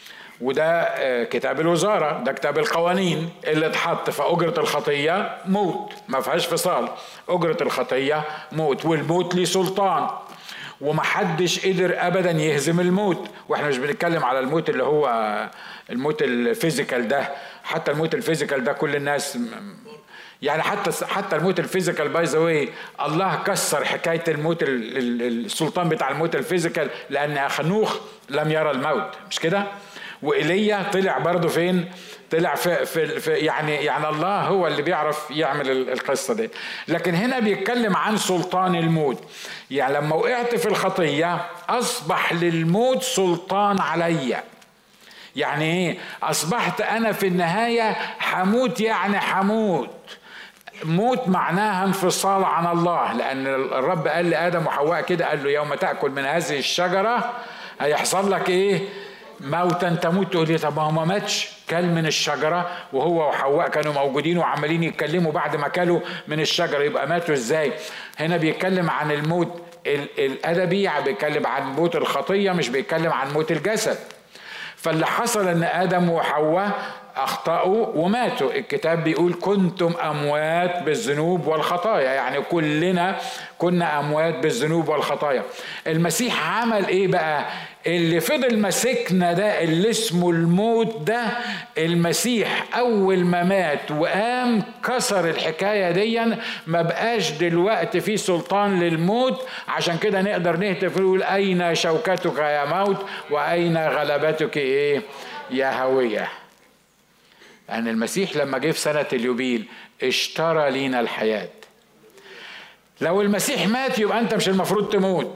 [SPEAKER 1] وده كتاب الوزارة، ده كتاب القوانين اللي اتحط. فأجرة الخطية موت، ما فيهاش فصال، أجرة الخطية موت، والموت ليه سلطان، ومحدش قدر ابدا يهزم الموت. واحنا مش بنتكلم على الموت اللي هو الموت الفيزيكال ده، حتى الموت الفيزيكال ده كل الناس يعني حتى الموت الفيزيكال باي ذا واي الله كسر حكايه الموت السلطان بتاع الموت الفيزيكال، لان اخنوخ لم يرى الموت، مش كده؟ وإيليا طلع برضه فين؟ طلع في يعني الله هو اللي بيعرف يعمل القصه دي. لكن هنا بيتكلم عن سلطان الموت، يعني لما وقعت في الخطيه اصبح للموت سلطان عليا. يعني ايه؟ اصبحت انا في النهايه حموت، يعني حموت. موت معناها انفصال عن الله، لان الرب قال لآدم وحواء كده، قال له يوم تأكل من هذه الشجرة هيحصل لك ايه؟ موتا تموت. تقول لي طب ما هو ما ماتش، كل من الشجرة وهو وحواء كانوا موجودين وعمالين يتكلموا بعد ما كلوا من الشجرة، يبقى ماتوا ازاي؟ هنا بيتكلم عن الموت الأدبي، بيتكلم عن موت الخطية، مش بيتكلم عن موت الجسد. فاللي حصل ان آدم وحواء اخطأوا وماتوا. الكتاب بيقول كنتم اموات بالذنوب والخطايا، يعني كلنا كنا اموات بالذنوب والخطايا. المسيح عمل ايه بقى؟ اللي فضل مسكنا ده اللي اسمه الموت ده، المسيح اول ما مات وقام كسر الحكاية دي، ما بقاش دلوقتي في سلطان للموت. عشان كده نقدر نهتف ونقول اين شوكتك يا موت واين غلبتك ايه يا هوية. لأن المسيح لما جه في سنة اليوبيل اشترى لينا الحياة. لو المسيح مات يبقى أنت مش المفروض تموت.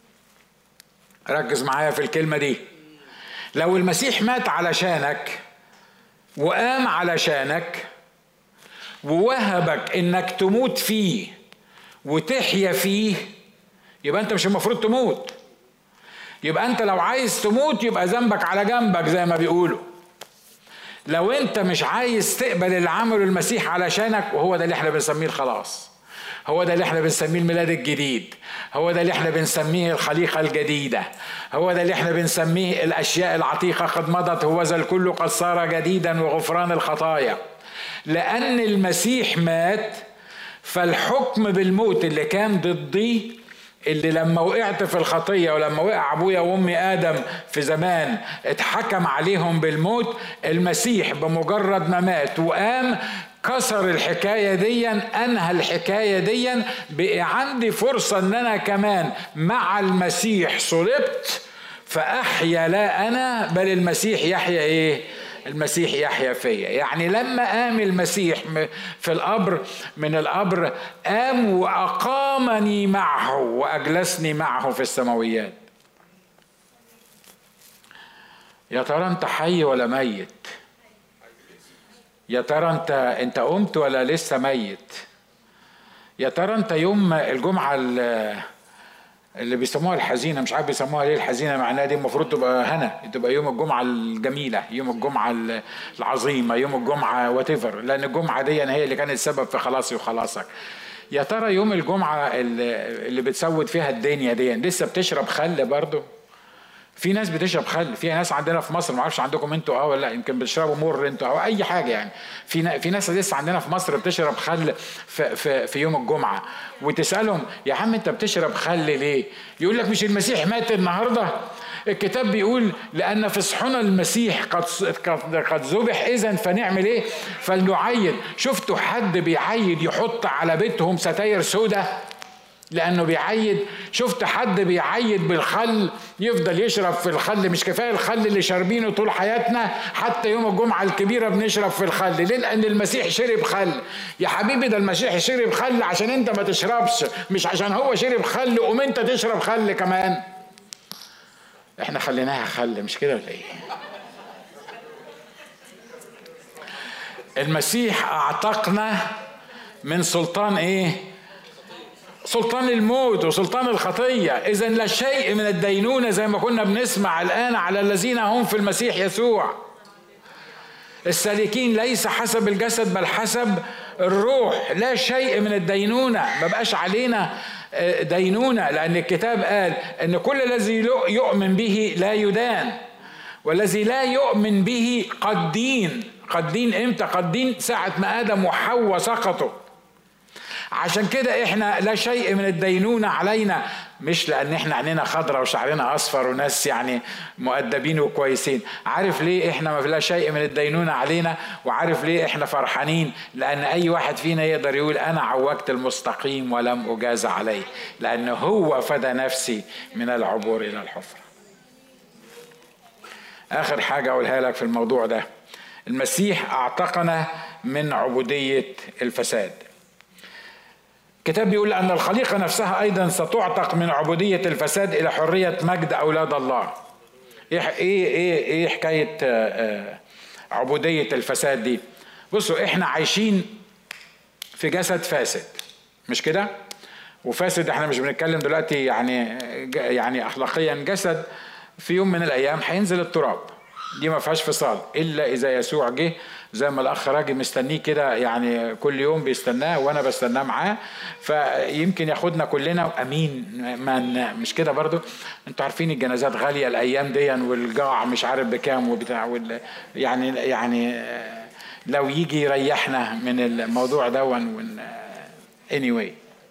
[SPEAKER 1] ركز معايا في الكلمة دي. لو المسيح مات علشانك وقام علشانك ووهبك إنك تموت فيه وتحيا فيه، يبقى أنت مش المفروض تموت. يبقى أنت لو عايز تموت يبقى ذنبك على جنبك زي ما بيقولوا. لو انت مش عايز تقبل اللي عمله المسيح علشانك، وهو ده اللي احنا بنسميه الخلاص، هو ده اللي احنا بنسميه الميلاد الجديد، هو ده اللي احنا بنسميه الخليقة الجديدة، هو ده اللي احنا بنسميه الاشياء العتيقة قد مضت هو ذا الكل قد صار جديدا وغفران الخطايا. لان المسيح مات، فالحكم بالموت اللي كان ضدي، اللي لما وقعت في الخطية ولما وقع أبويا وأمي آدم في زمان اتحكم عليهم بالموت، المسيح بمجرد ما مات وقام كسر الحكاية دي، أنهى الحكاية دي. بقى عندي فرصة أن أنا كمان مع المسيح صلبت، فأحيا لا أنا بل المسيح يحيا إيه؟ المسيح يحيا فيا. يعني لما قام المسيح في القبر من القبر، قام وأقامني معه وأجلسني معه في السماويات. يا ترى أنت حي ولا ميت؟ يا ترى أنت قمت ولا لسه ميت؟ يا ترى أنت يوم الجمعة اللي بيسموها الحزينة، مش عارف بيسموها ليه الحزينة، معناها دي المفروض تبقى هنا، تبقى يوم الجمعة الجميلة، يوم الجمعة العظيمة، يوم الجمعة واتيفر، لأن الجمعة دي هي اللي كانت سبب في خلاصي وخلاصك. يا ترى يوم الجمعة اللي بتسود فيها الدنيا دي لسه بتشرب خل برضو؟ في ناس بتشرب خل، في ناس عندنا في مصر، ما اعرفش عندكم انتوا ولا لا، يمكن بتشربوا مر انتوا او اي حاجه يعني. في ناس لسه عندنا في مصر بتشرب خل في يوم الجمعه، وتسالهم يا عم انت بتشرب خل ليه؟ يقول لك مش المسيح مات النهارده؟ الكتاب بيقول لأن فصحنا المسيح قد ذبح، إذن فنعمل إيه؟ فلنعيد. شفتوا حد بيعيد يحط على بيتهم ستاير سودة لأنه بيعيد؟ شفت حد بيعيد بالخل يفضل يشرب في الخل؟ مش كفاية الخل اللي شاربينه طول حياتنا، حتى يوم الجمعة الكبيرة بنشرب في الخل. ليه؟ لأن المسيح شرب خل. يا حبيبي ده المسيح شرب خل عشان انت ما تشربش، مش عشان هو شرب خل قوم انت تشرب خل كمان. احنا خليناها خل، مش كده ولا ايه؟ المسيح اعتقنا من سلطان ايه؟ سلطان الموت وسلطان الخطية. إذن لا شيء من الدينونة زي ما كنا بنسمع الآن على الذين هم في المسيح يسوع، السالكين ليس حسب الجسد بل حسب الروح. لا شيء من الدينونة، ما بقاش علينا دينونة، لأن الكتاب قال أن كل الذي يؤمن به لا يدان. والذي لا يؤمن به قد دين. قد دين امتى؟ قد دين ساعة ما آدم وحواء سقطوا. عشان كده احنا لا شيء من الدينونة علينا، مش لان احنا عينينا خضرة وشعرنا اصفر وناس يعني مؤدبين وكويسين. عارف ليه احنا ما لا شيء من الدينونة علينا؟ وعارف ليه احنا فرحانين؟ لان اي واحد فينا يقدر يقول انا عوجت المستقيم ولم اجاز عليه، لان هو فدى نفسي من العبور الى الحفرة. اخر حاجة اقولها لك في الموضوع ده، المسيح اعتقنا من عبودية الفساد. الكتاب بيقول أن الخليقة نفسها أيضا ستعتق من عبودية الفساد إلى حرية مجد أولاد الله. إيه حكاية عبودية الفساد دي؟ بصوا، إحنا عايشين في جسد فاسد، مش كده؟ وفاسد إحنا مش بنتكلم دلوقتي يعني أخلاقيا، جسد في يوم من الأيام هينزل التراب، دي ما فيهاش فصال إلا إذا يسوع جه زي ما الأخ راجل مستنيه كده، يعني كل يوم بيستناه وأنا بستناه معاه، فيمكن ياخدنا كلنا. أمين، مش كده برضو؟ أنتوا عارفين الجنازات غالية الأيام دي، والقاع مش عارف بكام وبتاع، يعني لو يجي يريحنا من الموضوع ده. anyway،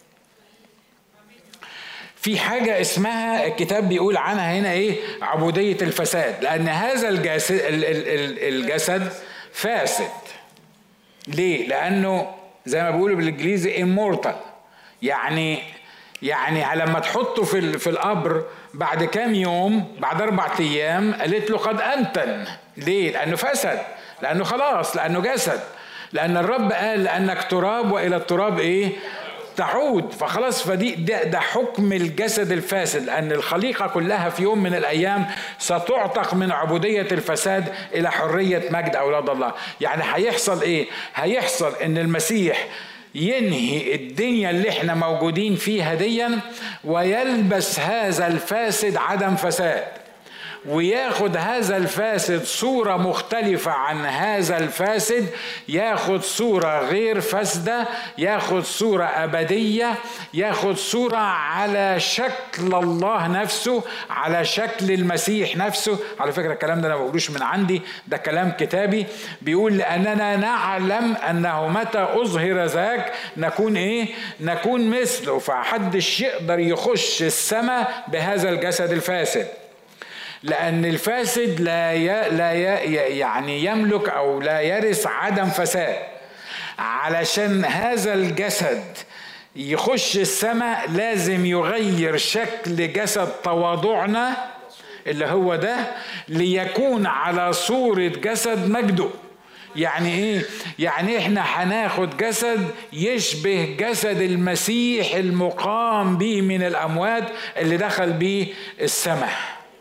[SPEAKER 1] في حاجة اسمها الكتاب بيقول عنها هنا ايه؟ عبودية الفساد. لأن هذا الجسد فاسد. ليه؟ لأنه زي ما بيقولوا بالإنجليزي immortal، يعني لما تحطه في القبر بعد كام يوم، بعد 4 أيام قالت له قد أنتن. ليه؟ لأنه فسد، لأنه خلاص، لأنه جسد، لأن الرب قال لأنك تراب وإلى التراب ايه؟ تعود. فخلاص، ده حكم الجسد الفاسد، لأن الخليقة كلها في يوم من الأيام ستعتق من عبودية الفساد إلى حرية مجد أولاد الله. يعني هيحصل إيه؟ هيحصل إن المسيح ينهي الدنيا اللي احنا موجودين فيها ديا، ويلبس هذا الفاسد عدم فساد، وياخد هذا الفاسد صورة مختلفة عن هذا الفاسد، ياخد صورة غير فاسدة، ياخد صورة أبدية، ياخد صورة على شكل الله نفسه، على شكل المسيح نفسه. على فكرة الكلام ده أنا ما بقولوش من عندي، ده كلام كتابي بيقول لأننا نعلم أنه متى أظهر ذاك نكون إيه؟ نكون مثله. فحدش يقدر يخش السماء بهذا الجسد الفاسد، لأن الفاسد يعني يملك أو لا يرث عدم فساد. علشان هذا الجسد يخش السماء لازم يغير شكل جسد تواضعنا اللي هو ده، ليكون على صورة جسد مجده. يعني ايه؟ يعني احنا هناخد جسد يشبه جسد المسيح المقام به من الأموات اللي دخل به السماء.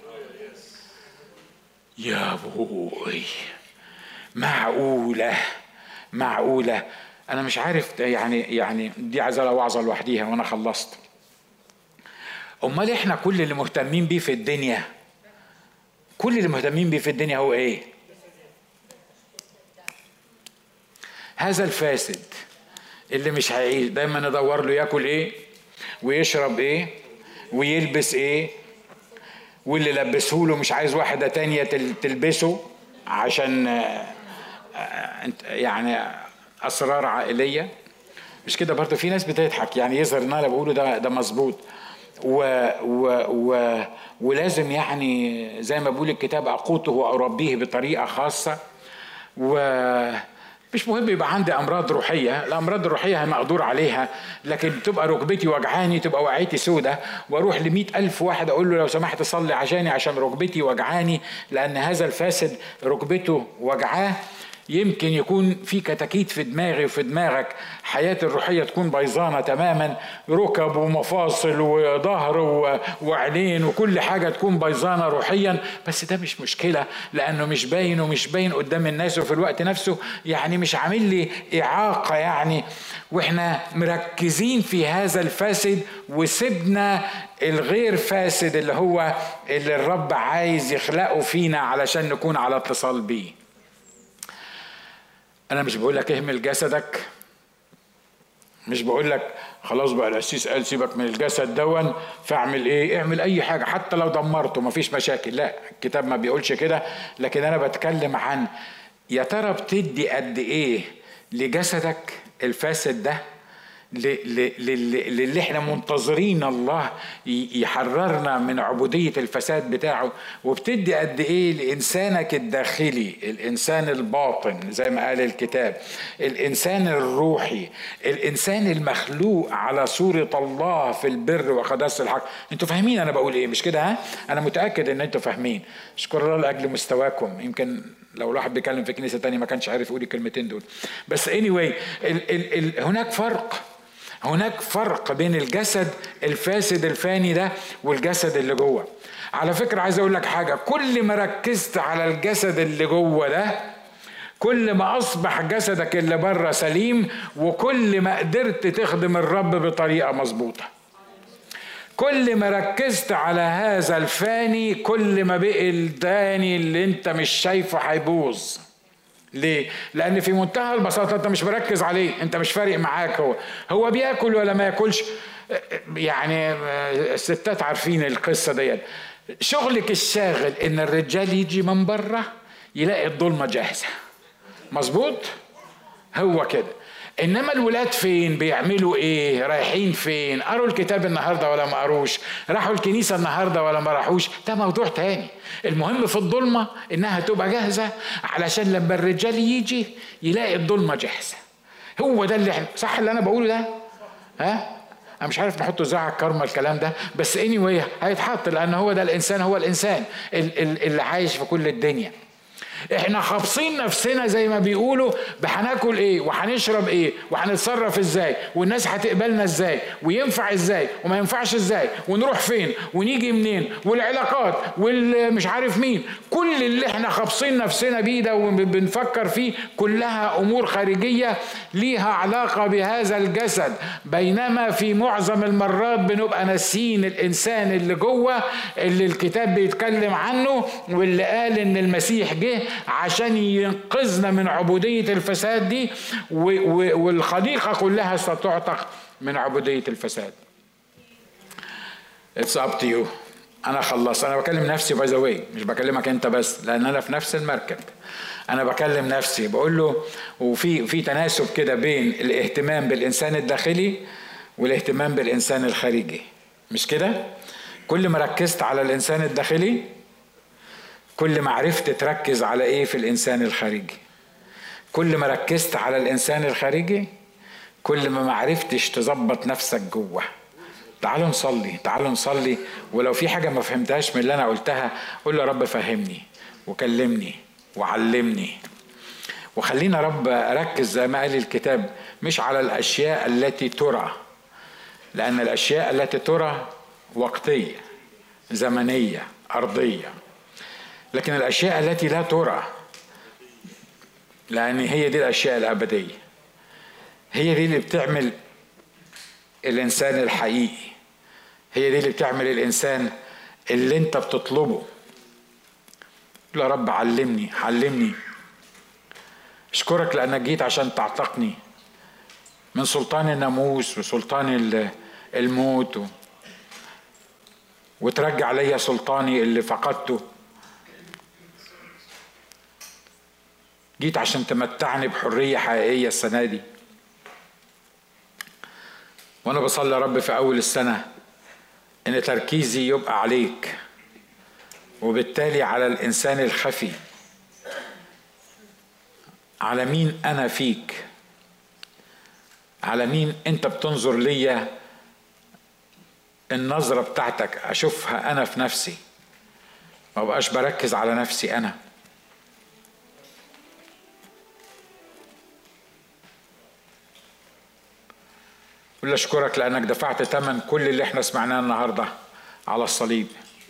[SPEAKER 1] يا بوي، معقولة أنا مش عارف، يعني دي عايزة لها وعظة لوحديها وأنا خلصت. أمال إحنا كل اللي مهتمين بيه في الدنيا، كل اللي مهتمين بيه في الدنيا هو إيه؟ هذا الفاسد اللي مش هيعيش، دايما ندور له ياكل إيه ويشرب إيه ويلبس إيه، واللي لبسه له مش عايز واحدة تانية تلبسه عشان يعني أسرار عائلية. مش كده برضه؟ في ناس بتضحك، يعني يظهر ان انا بقوله ده مظبوط، ولازم يعني زي ما بقول الكتاب أقوته وأربيه بطريقة خاصة. مش مهم يبقى عندي أمراض روحية، الأمراض الروحية مقدور عليها، لكن تبقى ركبتي وجعاني، تبقى وعيتي سودة، واروح ل100,000 واحد أقول له لو سمحت صلي عشان ركبتي وجعاني، لأن هذا الفاسد ركبته وجعاه. يمكن يكون في كتاكيت في دماغي وفي دماغك، حياتي الروحية تكون بيضانة تماما، ركب ومفاصل وظهر وعينين وكل حاجة تكون بيضانة روحيا، بس ده مش مشكلة لأنه مش باين قدام الناس، وفي الوقت نفسه يعني مش عامل لي إعاقة يعني. وإحنا مركزين في هذا الفاسد وسبنا الغير فاسد اللي الرب عايز يخلقه فينا علشان نكون على اتصال بيه. أنا مش بقول لك اهمل جسدك، مش بقول لك خلاص بقى القسيس قال سيبك من الجسد دون فاعمل ايه، اعمل اي حاجة حتى لو دمرته مفيش مشاكل. لا، الكتاب ما بيقولش كده. لكن انا بتكلم عن يا ترى بتدي قد ايه لجسدك الفاسد ده، للي احنا منتظرين الله يحررنا من عبودية الفساد بتاعه، وبتدي قد ايه لإنسانك الداخلي، الإنسان الباطن زي ما قال الكتاب، الإنسان الروحي، الإنسان المخلوق على صورة الله في البر وقداسة الحق. انتوا فاهمين انا بقول ايه مش كده؟ ها، انا متأكد ان انتوا فاهمين. اشكر الله لأجل مستواكم. يمكن لو الواحد بيكلم في كنيسة تانية ما كانش عارف يقول الكلمتين دول، بس anyway هناك فرق بين الجسد الفاسد الفاني ده والجسد اللي جوه. على فكرة عايز اقول لك حاجة، كل ما ركزت على الجسد اللي جوه ده كل ما اصبح جسدك اللي بره سليم، وكل ما قدرت تخدم الرب بطريقة مظبوطة. كل ما ركزت على هذا الفاني كل ما بقي التاني اللي انت مش شايفه هيبوظ. ليه؟ لأن في منتهى البساطة أنت مش مركز عليه، أنت مش فارق معاك هو بيأكل ولا ما يأكلش. يعني الستات عارفين القصة دي. شغلك الشاغل إن الرجال يجي من بره يلاقي الضلمة جاهزة، مظبوط؟ هو كده. انما الولاد فين؟ بيعملوا ايه؟ رايحين فين؟ قروا الكتاب النهارده ولا ما قروش؟ راحوا الكنيسه النهارده ولا ما راحوش؟ ده موضوع تاني. المهم في الضلمه انها تبقى جاهزه علشان لما الرجال يجي يلاقي الضلمه جاهزه. هو ده اللي صح اللي انا بقوله ده؟ ها، انا مش عارف نحطه ازاي على الكرمه الكلام ده، بس anyway هيتحط، لان هو ده الانسان، هو الانسان اللي عايش في كل الدنيا. احنا خابصين نفسنا زي ما بيقولوا هناكل ايه وهنشرب ايه وهنتصرف ازاي والناس هتقبلنا ازاي وينفع ازاي وما ينفعش ازاي ونروح فين ونيجي منين والعلاقات والمش عارف مين. كل اللي احنا خابصين نفسنا بيه ده وبنفكر فيه كلها امور خارجية ليها علاقة بهذا الجسد، بينما في معظم المرات بنبقى ناسين الانسان اللي جوه اللي الكتاب بيتكلم عنه، واللي قال ان المسيح جه عشان ينقذنا من عبودية الفساد دي، والخليقة كلها ستعتق من عبودية الفساد. It's up to you. أنا خلص. أنا بكلم نفسي by the way، مش بكلمك أنت بس، لأن أنا في نفس المركب. أنا بكلم نفسي بقول له، وفي تناسب كده بين الاهتمام بالإنسان الداخلي والاهتمام بالإنسان الخارجي، مش كده؟ كل ما ركزت على الإنسان الداخلي كل ما عرفت تركز على ايه في الانسان الخارجي. كل ما ركزت على الانسان الخارجي كل ما عرفتش تظبط نفسك جوه. تعالوا نصلي، ولو في حاجة ما فهمتهاش من اللي انا قلتها قول له رب فهمني وكلمني وعلمني، وخلينا رب اركز زي ما قال الكتاب مش على الاشياء التي ترى، لان الاشياء التي ترى وقتية زمنية أرضية، لكن الأشياء التي لا ترى لأن هي دي الأشياء الأبدية، هي دي اللي بتعمل الإنسان الحقيقي، هي دي اللي بتعمل الإنسان اللي أنت بتطلبه. يا رب علمني. أشكرك لأنك جيت عشان تعتقني من سلطان الناموس وسلطان الموت وترجع لي سلطاني اللي فقدته. جيت عشان تمتعني بحرية حقيقية السنة دي. وانا بصلي يا رب في اول السنة ان تركيزي يبقى عليك، وبالتالي على الانسان الخفي، على مين انا فيك، على مين انت بتنظر ليا، النظرة بتاعتك اشوفها انا في نفسي، ما بقاش بركز على نفسي انا. قل أشكرك لأنك دفعت ثمن كل اللي احنا سمعناه النهاردة على الصليب.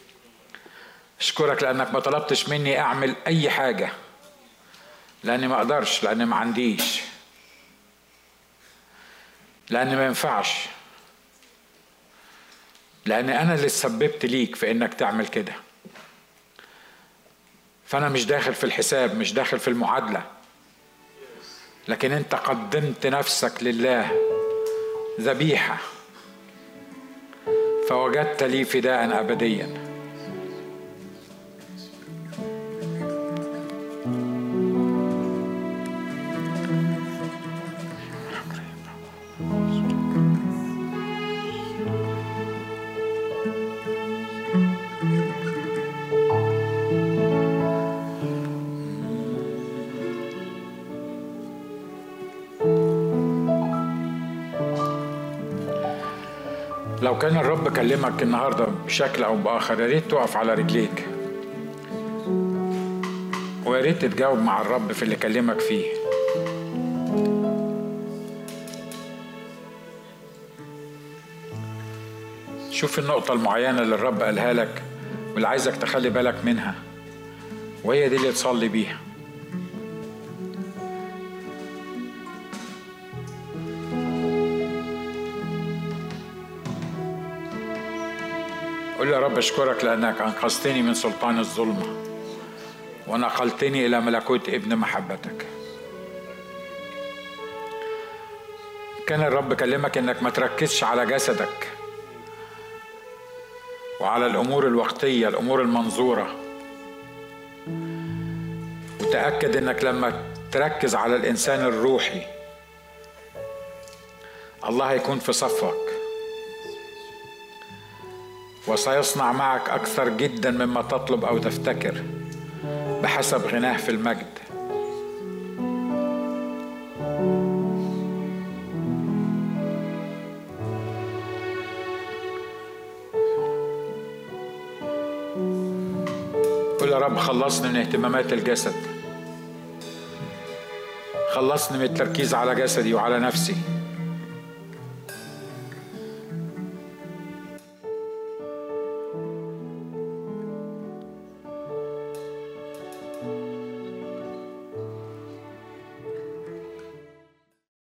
[SPEAKER 1] أشكرك لأنك ما طلبتش مني أعمل أي حاجة لأني ما أقدرش، لأني ما عنديش، لأني ما ينفعش، لأني أنا اللي تسببت ليك في إنك تعمل كده. فأنا مش داخل في الحساب، مش داخل في المعادلة، لكن أنت قدمت نفسك لله ذبيحة، فوجدت لي فداء أبديا. لو كان الرب كلمك النهارده بشكل او باخر، يا ريت تقف على رجليك ويا ريت تتجاوب مع الرب في اللي كلمك فيه. شوف النقطة المعينة اللي الرب قالها لك واللي عايزك تخلي بالك منها، وهي دي اللي تصلي بيها. قل يا رب اشكرك لأنك أنقذتني من سلطان الظلمة ونقلتني إلى ملكوت ابن محبتك. كان الرب كلمك إنك ما تركزش على جسدك وعلى الأمور الوقتية، الأمور المنظورة، وتأكد إنك لما تركز على الإنسان الروحي الله هيكون في صفك وسيصنع معك أكثر جدا مما تطلب أو تفتكر بحسب غناه في المجد. قل يا رب خلصني من اهتمامات الجسد، خلصني من التركيز على جسدي وعلى نفسي،